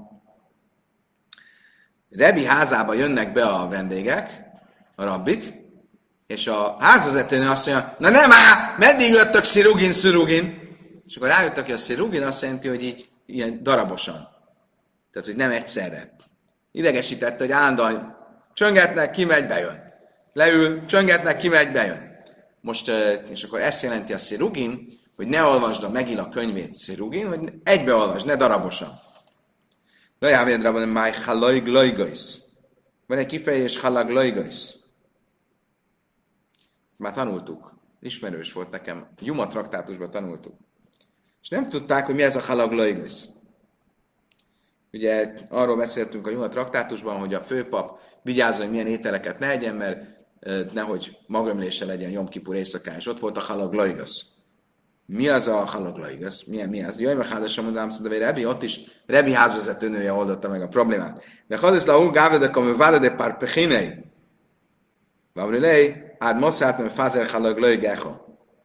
Rebi házába jönnek be a vendégek, a rabbik, és a házvezetőnő azt mondja, na nem á, meddig jöttök szirugin, szirugin? És akkor rájöttek, hogy a szirugin azt jelenti, hogy így ilyen darabosan. Tehát, hogy nem egyszerre. Idegesítette, hogy állandóan csöngetnek, kimegy, bejön. Leül, csöngetnek, kimegy, bejön. Most, és akkor ezt jelenti a szirugin, hogy ne olvasd a Megila könyvét szirugin, hogy egybe olvasd, ne darabosan. Lajávédra máj halag lajgajsz. Van egy kifejezés halag lajgajsz. Már tanultuk. Ismerős volt nekem. Juma traktátusban tanultuk. És nem tudták, hogy mi ez a halag lajgajsz. Ugye arról beszéltünk a Juma traktátusban, hogy a főpap vigyázzon, hogy milyen ételeket ne egyen, mert nehogy magömlése legyen Jom Kipur éjszakán. És ott volt a halag lajgajsz. Mi az a halag lajgajsz? Milyen mi az? Jaj, meg házasra mondám, szóval Rebi, ott is Rebi házvezetőnője oldotta meg a problémát. De hadisz la un gávledek, ami várade pár pechinei. Vavrilei, ád mosszát, mert fázer halag lajgecha.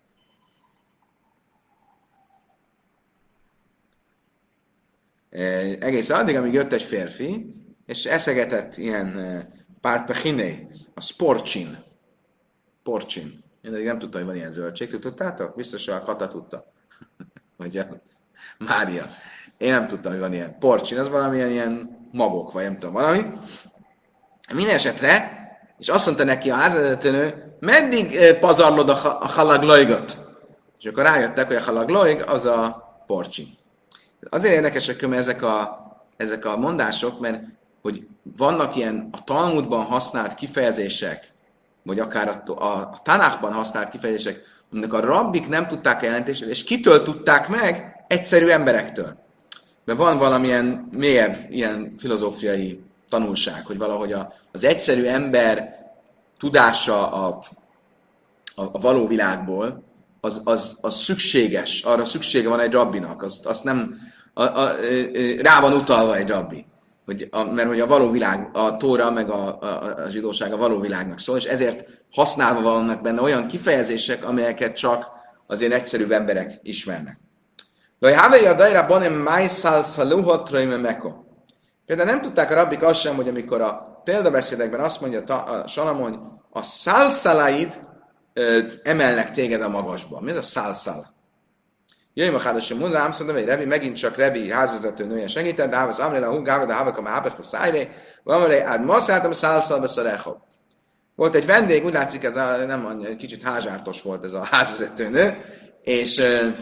Egész addig, amíg jött egy férfi, és eszegetett ilyen pár pechinei, a sporcsin. Porcsin. Én eddig nem tudtam, hogy van ilyen zöldség. Tudtátok? Biztos, hogy a Kata tudta. Vagy a Mária. Én nem tudtam, hogy van ilyen porcsin. Az valamilyen ilyen magok, vagy nem tudom, valami. Minden esetre, és azt mondta neki a házvezetőnő, meddig pazarlod a halaglajgot? És akkor rájöttek, hogy a halaglajg az a porcsin. Azért érdekesek, mert ezek a, ezek a mondások, mert hogy vannak ilyen a Talmudban használt kifejezések, vagy akár a, a, a Tanákban használt kifejezések, aminek a rabbik nem tudták jelentést, és kitől tudták meg? Egyszerű emberektől. Mert van valamilyen mélyebb ilyen filozófiai tanulság, hogy valahogy a, az egyszerű ember tudása a, a, a való világból, az, az, az szükséges, arra szüksége van egy rabbinak, az, az nem, a, a, rá van utalva egy rabbi. Hogy a, mert hogy a való világ, a Tóra meg a, a, a zsidóság a való világnak szól, és ezért használva vannak benne olyan kifejezések, amelyeket csak az ilyen egyszerűbb emberek ismernek. Például nem tudták a rabbik azt sem, hogy amikor a példabeszédekben azt mondja a Salamon, a szálszaláid emelnek téged a magasba. Mi ez a szálszal? Jöjjön a hádasom mondom, ám szóval, hogy Rebi, megint csak Rebi házvezető nője segített, de az Amrila hú, gáva, de hávak, a hábek, a szájré, valamire, át ma szálltam a szálszalba szarecha. Volt egy vendég, úgy látszik, ez a, nem annyi, egy kicsit házsártos volt ez a házvezető nő, és,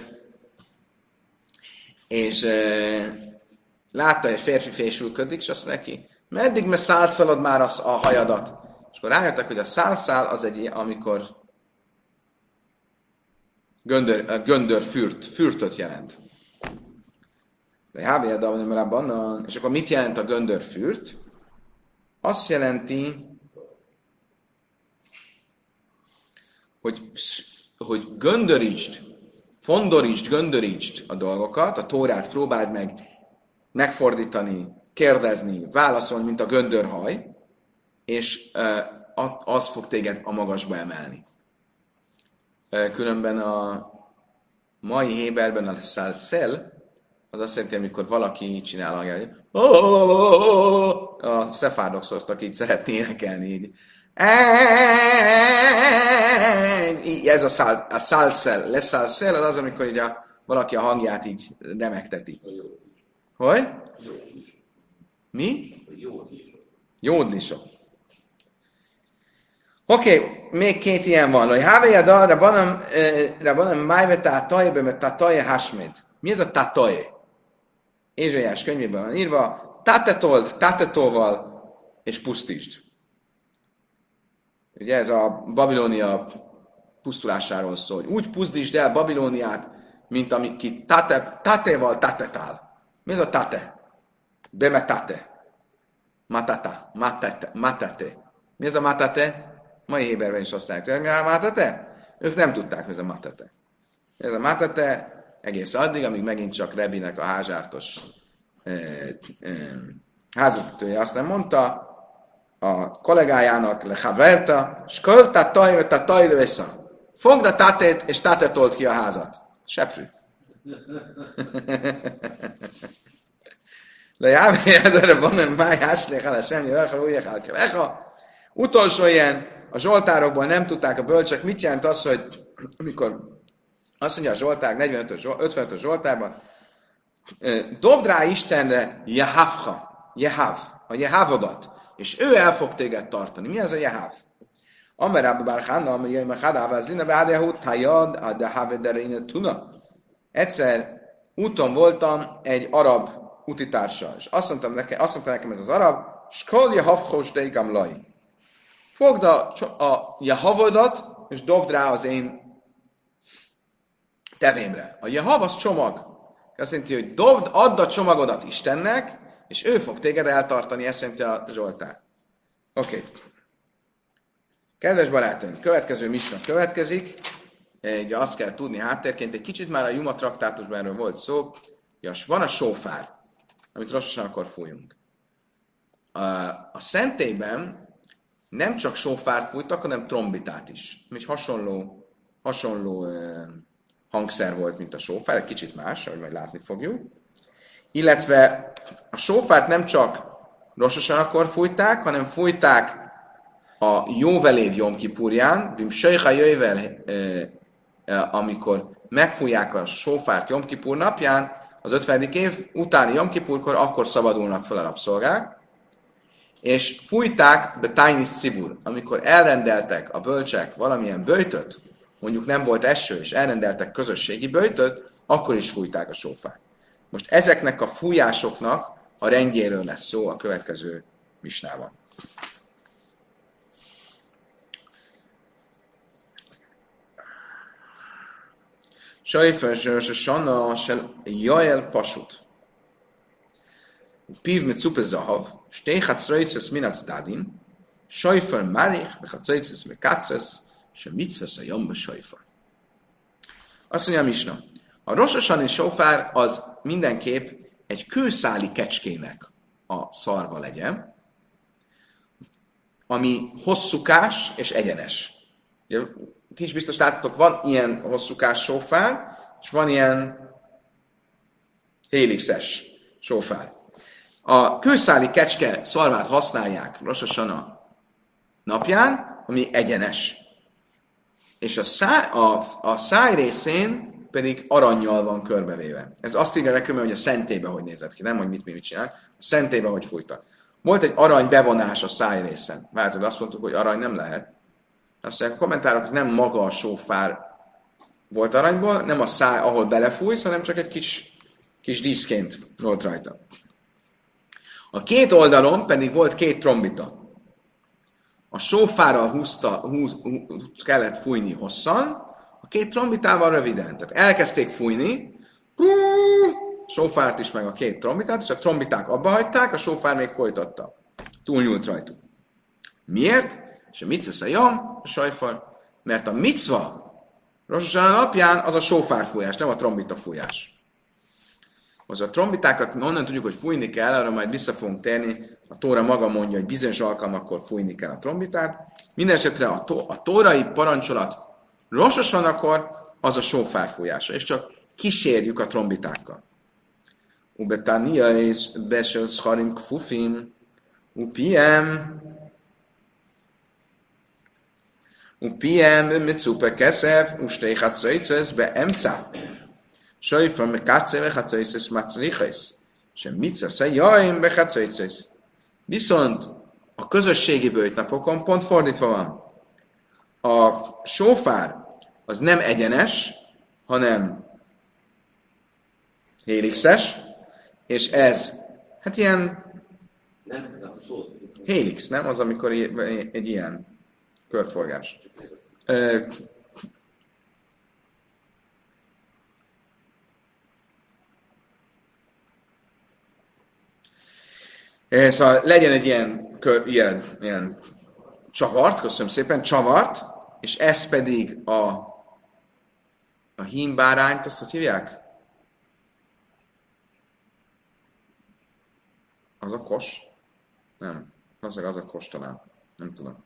és látta, hogy egy férfi fésülködik, és azt neki, meddig me szálszalod már az a hajadat? És akkor rájöttek, hogy a szálszál az egy, amikor göndör, göndör fürt, fürtöt jelent. És akkor mit jelent a göndör fürt? Azt jelenti, hogy, hogy göndörítsd, fondorítsd, göndörítsd a dolgokat, a Tórát próbáld meg megfordítani, kérdezni, válaszolni, mint a göndörhaj, és az fog téged a magasba emelni. Különben a mai Héberben a szálszel, az azt jelenti, amikor valaki így csinál, hogy a szefárdok szoktak így szeretni énekelni, így. Ez a, szál, a szálszel, leszálszel, az az, amikor így a, valaki a hangját így remegteti. Hogy? Mi? Jódlisok. Oké, okay, még két ilyen van. Hogy hávejad arra banam májvetá tajbe, mert tataje hasmed. Mi ez a tataje? Ézsaiás könyvében van írva, tatetold, tatetóval, és pusztítsd. Ugye ez a Babilónia pusztulásáról szól. Úgy pusztítsd el Babilóniát, mint aki tate, tateval tatetál. Mi ez a tate? Bemetate. Matata. Matete. Matate. Mi ez a matate? Mai Héberben is azt mondják, hogy mi a matate? Ők nem tudták, mi ez a matate. Ez a matate egész addig, amíg megint csak Rebinek a házsártos eh, eh, házvezetője azt nem mondta, a kollégájának lehaverta, skolta tajveta tajde vissza. Fogd a tatét, és tatetolt ki a házat. Seprű. Lejávéjadra van, máj háslék, semmi, veha, újjek, elkeveha. Utolsó ilyen, a zsoltárokból nem tudták a bölcsek, mit jelent az, hogy amikor azt mondja a zsoltár, negyvenötös, ötvenötös zsoltárban, dobd rá Istenre Jehavha, Jehav, a Jehavodat, és ő el fog téged tartani. Mi az a Jehav? Amerába bár Hanna, amelyek meg Hadába, az Lina Bádehut, Tajad, Adahávedereine Tuna. Egyszer úton voltam egy arab utitársal, és azt mondtam nekem, azt mondta nekem ez az arab, Skol Jehavhos Deigam Lai. Fogd a, a Jehavodat, és dobd rá az én tevémre. A Jehav az csomag. Azt jelenti, hogy dobd, add a csomagodat Istennek, és ő fog téged eltartani, ezt jelenti a Zsoltár. Oké. Okay. Kedves barátaim, következő misna következik. Ugye azt kell tudni háttérként, egy kicsit már a Juma traktátusban erről volt szó. Jas, van a sófár, amit lassan akkor fújunk. A, a szentélyben nem csak sófárt fújtak, hanem trombitát is. Egy hasonló, hasonló eh, hangszer volt, mint a sófár, egy kicsit más, ahogy majd látni fogjuk. Illetve a sófárt nem csak Rososan akkor fújták, hanem fújták a Jóvelév Jom Kipurján, Bim Sejha Jöjvel, amikor megfújják a sófárt Jom Kipur napján, az ötvenedik év utáni Jom Kipurkor, akkor szabadulnak fel a rabszolgák, és fújták be Tainis Szibur, amikor elrendeltek a bölcsek valamilyen böjtöt, mondjuk nem volt eső, és elrendeltek közösségi böjtöt, akkor is fújták a sófárt. Most ezeknek a fújásoknak a rendjéről lesz szó a következő misnában. Sajfer Sanna Jael Pasut. Piv mit Zuppe Zahav, Steh Chatzreitzes Minac Dadin, Sajfer Marich, Chatzreitzes Mekatzes, Se Mitzvesz a Jombe Sajfer. Azt mondja a misna, a Rosh Hashani sofár az mindenképp egy kőszáli kecskének a szarva legyen, ami hosszúkás és egyenes. Ti is biztos láttatok, van ilyen hosszúkás sofár, és van ilyen hélixes sofár. A kőszáli kecske szarvát használják Rosh Hashanah napján, ami egyenes. És a száj, a, a száj részén pedig arannyal van körbevéve. Ez azt írja nekünk, hogy a szentélyben hogy nézett ki, nem, hogy mit mi mit csinál, a szentélyben hogy fújtak. Volt egy arany bevonás a száj részen. Vártad, azt mondtuk, hogy arany nem lehet. Azt mondják, a kommentárok, ez nem maga a sófár volt aranyból, nem a száj, ahol belefújsz, hanem csak egy kis, kis díszként volt rajta. A két oldalon pedig volt két trombita. A sófárral húzta, húz, húz, kellett fújni hosszan, a két trombitával röviden. Tehát elkezdték fújni, sófárt is meg a két trombitát, és a trombiták abba hagyták, a sófár még folytatta. Túlnyúlt rajtuk. Miért? És a micva jam, a sajfar. Mert a micva Rosh Hashanah napján az a sófárfújás, nem a trombita fújás. Az a trombitákat onnan tudjuk, hogy fújni kell, arra majd vissza fogunk térni. A Tóra maga mondja, hogy bizonyos alkalmakkor fújni kell a trombitát. Mindenesetre a, tó- a tórai parancsolat Rosh Hashanah-kor az a sófárfújása, és csak kísérjük a trombitákkal. Ubetania és besel scharim kfufim, upiem, upiem mitzupe kesef, ustei chatzaitzes beemca. Sajfa mekatze chatzaitzes matzliches, sem mitza szajaim bechatzaitzes. Viszont a közösségi böjtnapokon pont fordítva van. A sófár az nem egyenes, hanem hélixes, és ez, hát ilyen Nem, nem, szót. hélix, nem? Az, amikor egy ilyen körforgás. Ö, Szóval legyen egy ilyen, kör, ilyen, ilyen csavart, köszönöm szépen, csavart, és ez pedig a, a hímbárányt, azt hogy hívják? Az a kos? Nem. Az az a kos talán. Nem tudom.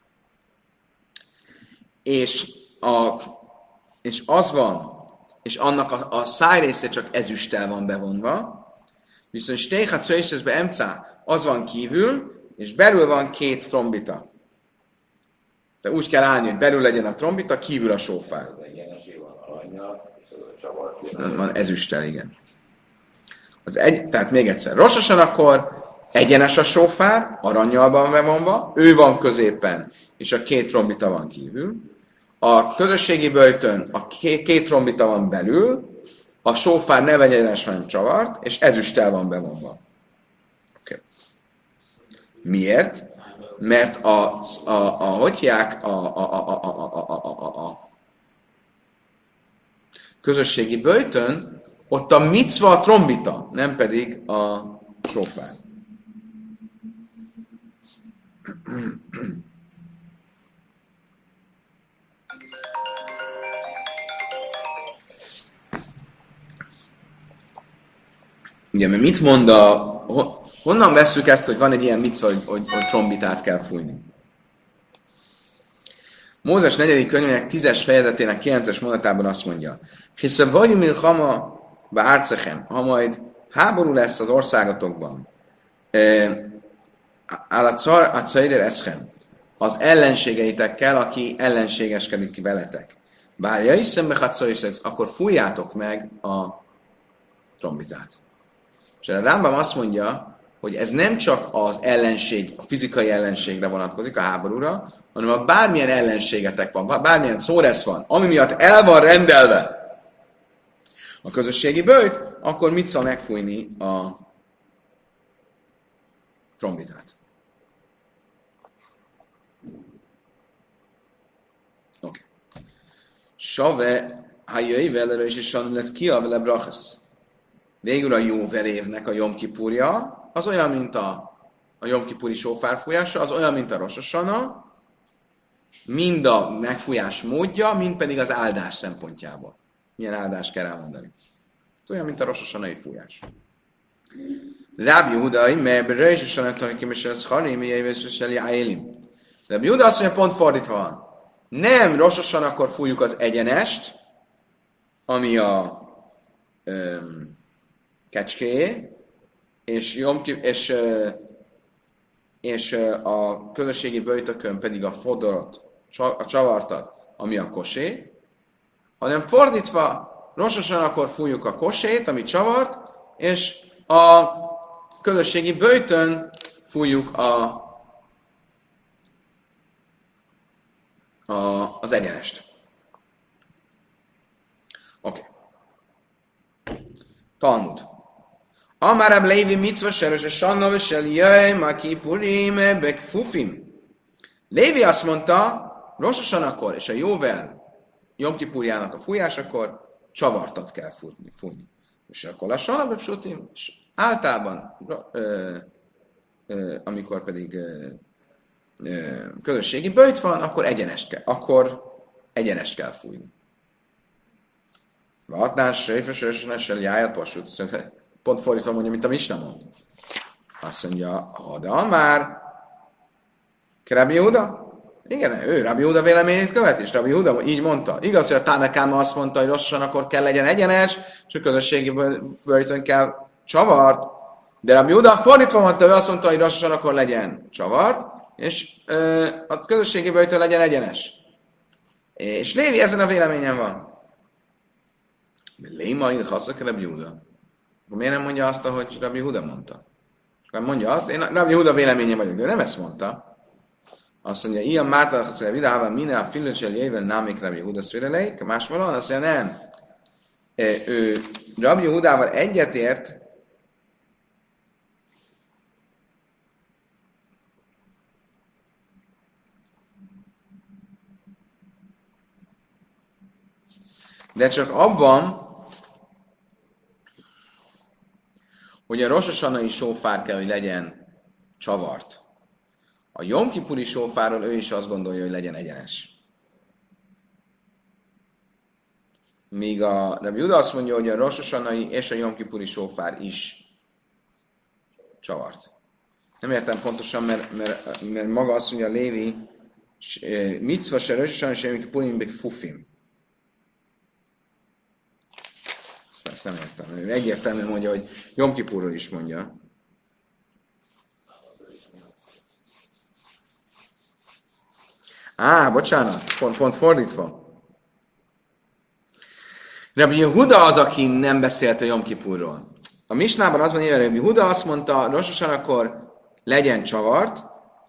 És, a, és az van, és annak a, a szájrésze csak ezüsttel van bevonva, viszont stéchat szöjszözbe emcá, az van kívül, és belül van két trombita. De úgy kell állni, hogy belül legyen a trombita, kívül a sófár. Az egyenesé van aranyjal, és az a csavar. Van ezüsttel, igen. Az egy, tehát még egyszer, Rosh Hashanah-kor egyenes a sófár, arannyal van bevonva, ő van középen, és a két trombita van kívül. A közösségi böjtön a két, két trombita van belül, a sófár ne egyenes, hanem csavart, és ezüsttel van bevonva. Okay. Miért? Mert a, a, a hogy hívják, a, a, a, a, a, a, a, a közösségi böjtön, ott a micva a trombita, nem pedig a sófár. Ugye, mert mit mond a... Honnan vesszük ezt, hogy van egy ilyen micva, hogy, hogy, hogy trombitát kell fújni? Mózes negyedik könyvének tízes fejezetének kilences mondatában azt mondja, hiszen vagy milchama bárcechem, ha majd háború lesz az országotokban, állatszaire eschem, az ellenségeitekkel, aki ellenségeskedik ki veletek. Bárja is szembe akkor fújjátok meg a trombitát. És a Rámbam azt mondja, hogy ez nem csak az ellenség, a fizikai ellenségre vonatkozik, a háborúra, hanem ha bármilyen ellenségetek van, bármilyen szóresz van, ami miatt el van rendelve a közösségi böjt, akkor mit szól megfújni a trombitát. Oké. Save, ha jöjj vele, és is lett ki a vele brachasz. Végül a jóvel évnek a Jom Kipurja, az olyan, mint a, a Jom Kipuri sófárfújása, az olyan, mint a Rosh Hashanah, mind a megfújás módja, mind pedig az áldás szempontjából. Milyen áldást kell elmondani. Ez olyan, mint a Rosh Hashanah-i fújás. Rabbi Yehuda, mert Rosh Hashanah-tani kimesel szharim, jöjjvészeseli áélim. Rabbi Yehuda azt mondja, pont fordítva van. Nem Rosh Hashanah-kor fújjuk az egyenest, ami a öm, kecskéjé, és, Jom, és, és a közösségi böjtökön pedig a fodorot, a csavartat, ami a kosé, hanem fordítva, rososan akkor fújjuk a kosét, ami csavart, és a közösségi böjtön fújjuk a, a, az egyenest. Oké. Okay. Talmud. Amarab Lévi mitzva seres a sanna vesel jöjj, ma kipurim bekfufim. Lévi azt mondta, rososan akkor, és a jóvel Jom Kipurjának a fújásakor csavartat kell fújni. fújni. És akkor a sanna bepsutim, és általában, ö, ö, amikor pedig ö, ö, közösségi böjt van, akkor egyenest kell, akkor egyenest kell fújni. Vatnás, sejfesösnessel jáját pasút. Pont fordítva mondja, mint a Misna mond. Azt mondja, Hada már Rabbi Yehuda? Igen, ő Rabbi Yehuda véleményét követi, és Rabbi Yehuda így mondta. Igaz, hogy a Tánakáma azt mondta, hogy rosszan akkor kell legyen egyenes, és a közösségi böjtön kell csavart, de Rabbi Yehuda fordítva mondta, ő azt mondta, hogy rosszan akkor legyen csavart, és ö, a közösségi böjtön legyen egyenes. És Lévi ezen a véleményen van. Léma, így haszak Rabbi Yehuda. Akkor miért nem mondja azt, hogy Rabbi Yehuda mondta? Akkor mondja azt, én Rabbi Yehuda véleménye vagyok, de ő nem ezt mondta. Azt mondja, ilyen Márta, azt mondja, vidában minden a filőcsel jével námik Rabbi Yehuda szféreleik, más valóan azt mondja, nem. Ő Rabbi Yehudával egyetért, de csak abban, hogy a Rosh Hashanai sófár kell, hogy legyen csavart. A Jom Kipuri sófáról ő is azt gondolja, hogy legyen egyenes. Míg a Rabbi Yehuda azt mondja, hogy a Rosh Hashanai és a Jom Kipuri sófár is csavart. Nem értem pontosan, mert, mert, mert maga azt mondja, Lévi, mitzva se Rosh Hashanai se Jom Kipurim bek fufim. Ezt nem értem. Ő egyértelműen mondja, hogy Jom Kipurról is mondja. Á, bocsánat, pont, pont fordítva. Rabbi Yehuda az, aki nem beszélt a Jom Kipurról. A Misnában az van, hogy Rabbi Yehuda azt mondta, Rosh Hashanakor legyen csavart.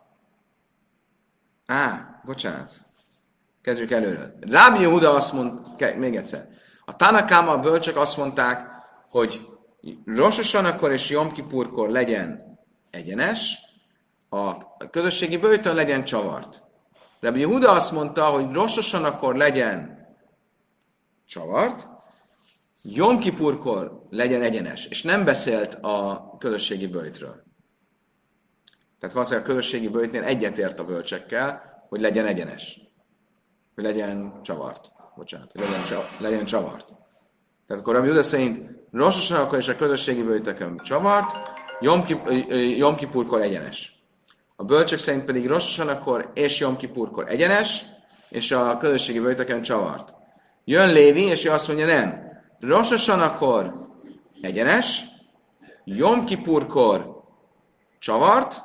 Á, bocsánat. Kezdjük előről. Rabbi Yehuda azt mondta, még egyszer. A Tanakáma, a bölcsök azt mondták, hogy Rosh Hashanakor és Jom Kipurkor legyen egyenes, a közösségi böjtön legyen csavart. Rabbi Yehuda azt mondta, hogy Rosh Hashanakor legyen csavart, Jom Kipurkor legyen egyenes, és nem beszélt a közösségi böjtről. Tehát valószínűleg a közösségi böjtnél egyetért a bölcsekkel, hogy legyen egyenes. Hogy legyen csavart. Bocsánat, hogy legyen, csa, legyen csavart. Tehát akkor Rabbi Yehuda szerint Rosh Hashanakor és a közösségi böjtökön csavart, Jom, Kip, Jom Kipurkor egyenes. A bölcsök szerint pedig Rosh Hashanakor és Jom Kipurkor egyenes, és a közösségi böjtökön csavart. Jön Lévi, és ő azt mondja, nem. Rosh Hashanakor egyenes, Jom Kipurkor csavart,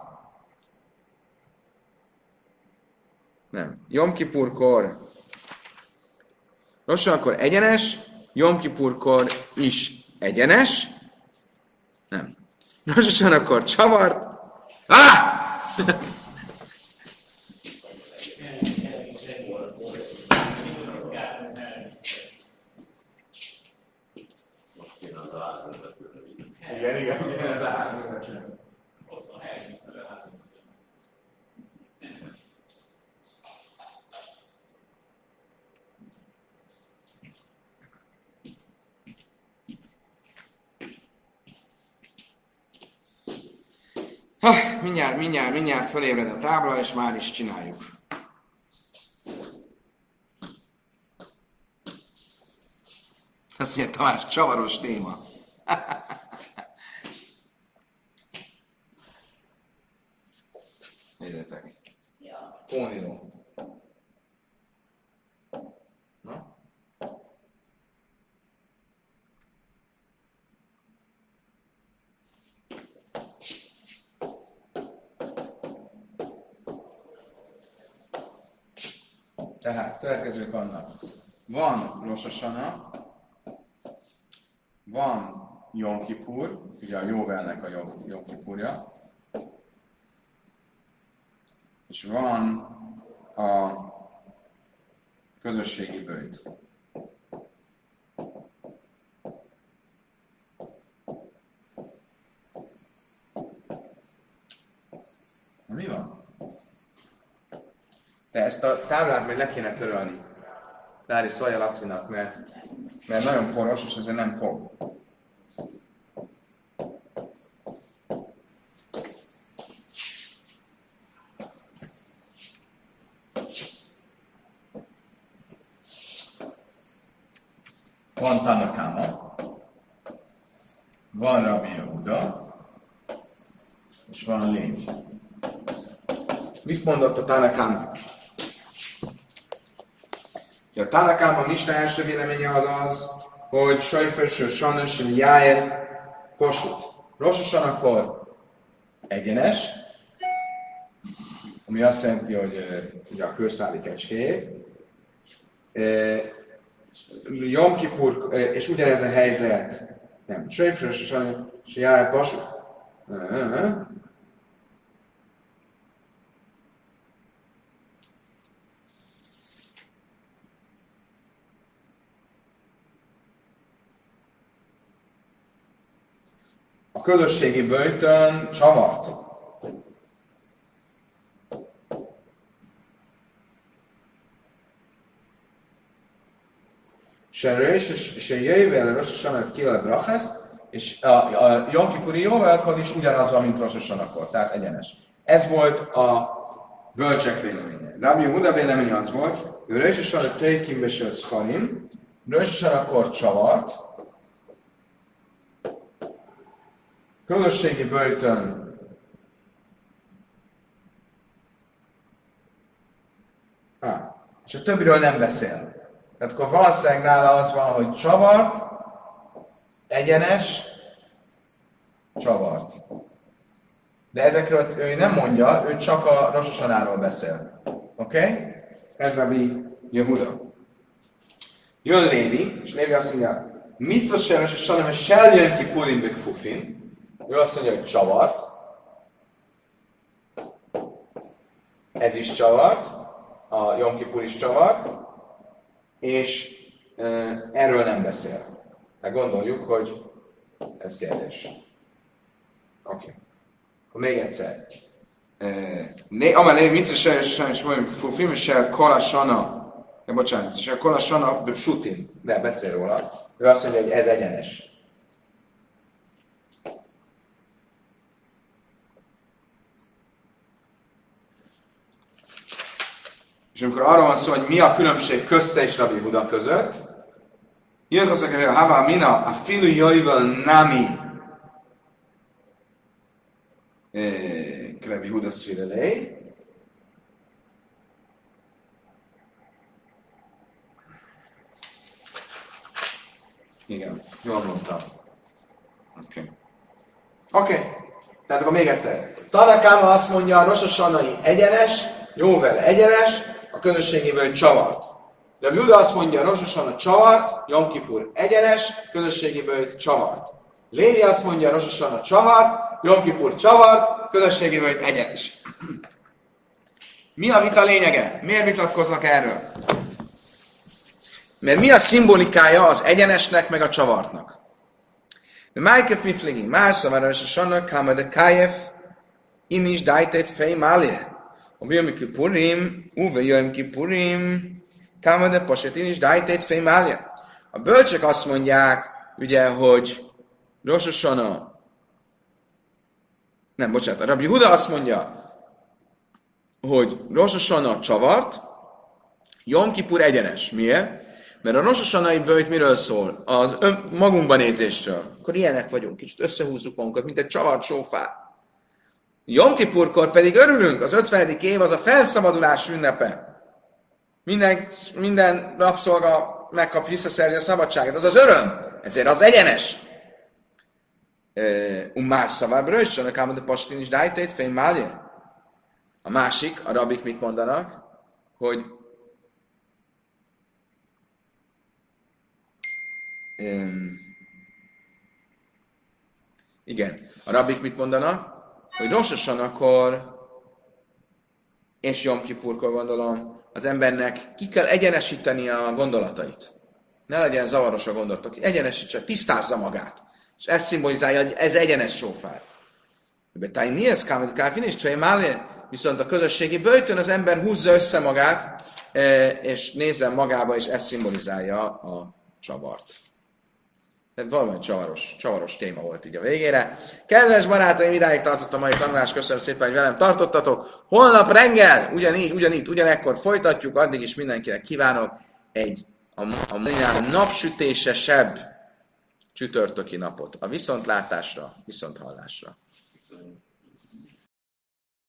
nem, Jom Kipurkor Rosh Hashanakor egyenes, Jom Kipurkor is egyenes, nem. Rosh Hashanakor csavart, ah! Igen, igen, igen, az átvezető. Ha, mindjárt, mindjárt, mindjárt fölébred a tábla, és már is csináljuk. Azt mondja, Tamás, csavaros téma. Nézzétek. Ja. Póniló. Na? Tehát következők vannak. Van Rosh Hashanah, van Jom Kippur, ugye a Jóvelnek a Jom Kippurja, és van a közösségi böjt. Na, mi van? De ezt a táblát még le kéne törölni. Lári, szólja Lacinak, mert, mert nagyon poros, és ezért nem fog. Van Tanakáma, van Rabbi Yehuda, és van Lévi. Mit mondott a Tanakáma? A Tanakáma Misna első véleménye az az, hogy Sajfelső, Sajnos, Jájer, Kosut. Rosh Hashanahkor egyenes, ami azt jelenti, hogy ugye a kőszáli kecské. Jom Kippur, és ugyanez a helyzet, nem, Sajfelső, Sajnos, Jájer, Kosut. A közösségi böjtön csavart. Se rés, se jöjjvel Rosh Hashanah kivel brachesz, és a, a Jom Kippuri jóvelkor is ugyanaz van, mint Rosh Hashanahkor, tehát egyenes. Ez volt a bölcsek véleménye. Rabbi Yehuda véleménye az volt, hogy Rosh Hashanah teikim besel szkarim, Rosh Hashanahkor csavart, közösségi böjtön ah, és a többiről nem beszél. Tehát akkor valószínűleg nála az van, hogy csavart, egyenes, csavart. De ezekről ő nem mondja, ő csak a Rosh Hashanahról beszél. Oké? Okay? Ez Rabbi Yehuda. Jön Lévi, és Lévi azt mondja, mitzvah se Rosh Hashanah, shel Yom Kippurim bekfufin. Ő azt mondja, hogy csavart. Ez is csavart. A Jom Kippur is csavart. És e, erről nem beszél. De gondoljuk, hogy ez kérdés. Oké. Okay. Akkor még egyszer. Amely mitzvah se sajnos mondjuk kippurim, és se kol hashana. Bocsánat, se kol hashana bepsutin. De beszél róla. Ő azt mondja, hogy ez egyenes. És amikor arról van szó, hogy mi a különbség közte és Rabbi Yehuda között, jön az, hogy a Hava Mina, a filu jöjjvel nami Rabbi Yehuda szfirelei. Igen, jól mondtam. Oké. Okay. Oké. Okay. Tehát akkor még egyszer. Tanakáma azt mondja, a Rosh Hashanah egyenes, jóvel egyenes, a közösségéből csavart. De a Yehuda azt mondja, a Rosh Hashanah csavart, Jom Kippur egyenes, közösségéből csavart. Lévi azt mondja, a Rosh Hashanah csavart, Jom Kippur csavart, közösségéből egyenes. Mi a vita lényege? Miért vitatkoznak erről? Mert mi a szimbolikája az egyenesnek meg a csavartnak? Májke fifligi, más szavára Rosh Hashanah, Kamade Kájef, Inis Dajtét Fej Mália. A Jom Kippurim, Uve Jom Kippurim, Kamade Pasetin is Dajtét Fej Mália. A bölcsek azt mondják, ugye, hogy Rosh Hashanah, nem, bocsánat, a Rabbi Yehuda azt mondja, hogy Rosh Hashanah csavart, Jom Kippur egyenes. Miért? Mert a Rosh Hashanah-i böjt miről szól? Az ön, magunkban nézésről. Akkor ilyenek vagyunk, kicsit összehúzzuk magunkat, mint egy csavart sófá. Jom Kippurkor pedig örülünk, az ötvenedik év az a felszabadulás ünnepe. Minden, minden rabszolga megkap, visszaszerzi a szabadságot, az az öröm, ezért az egyenes. Um más szavábbra is, csak a pastin is dájtét, fény málje. A másik, a rabik mit mondanak, hogy Um, igen. A rabbik mit mondanak? Hogy Rososan akkor, és Jom Kipurkor gondolom, az embernek ki kell egyenesíteni a gondolatait. Ne legyen zavaros a gondolatok. Egyenesítse, tisztázza magát. És ez szimbolizálja, hogy ez egyenes sófár. Viszont a közösségi böjtön az ember húzza össze magát, és nézzen magába, és ez szimbolizálja a csavart. Ez valami csavaros, csavaros téma volt így a végére. Kedves barátaim, idáig tartott a mai tanulás. Köszönöm szépen, hogy velem tartottatok. Holnap reggel, ugyanígy, ugyanígy, ugyanekkor folytatjuk. Addig is mindenkinek kívánok egy a, a napsütésesebb csütörtöki napot. A viszontlátásra, viszonthallásra.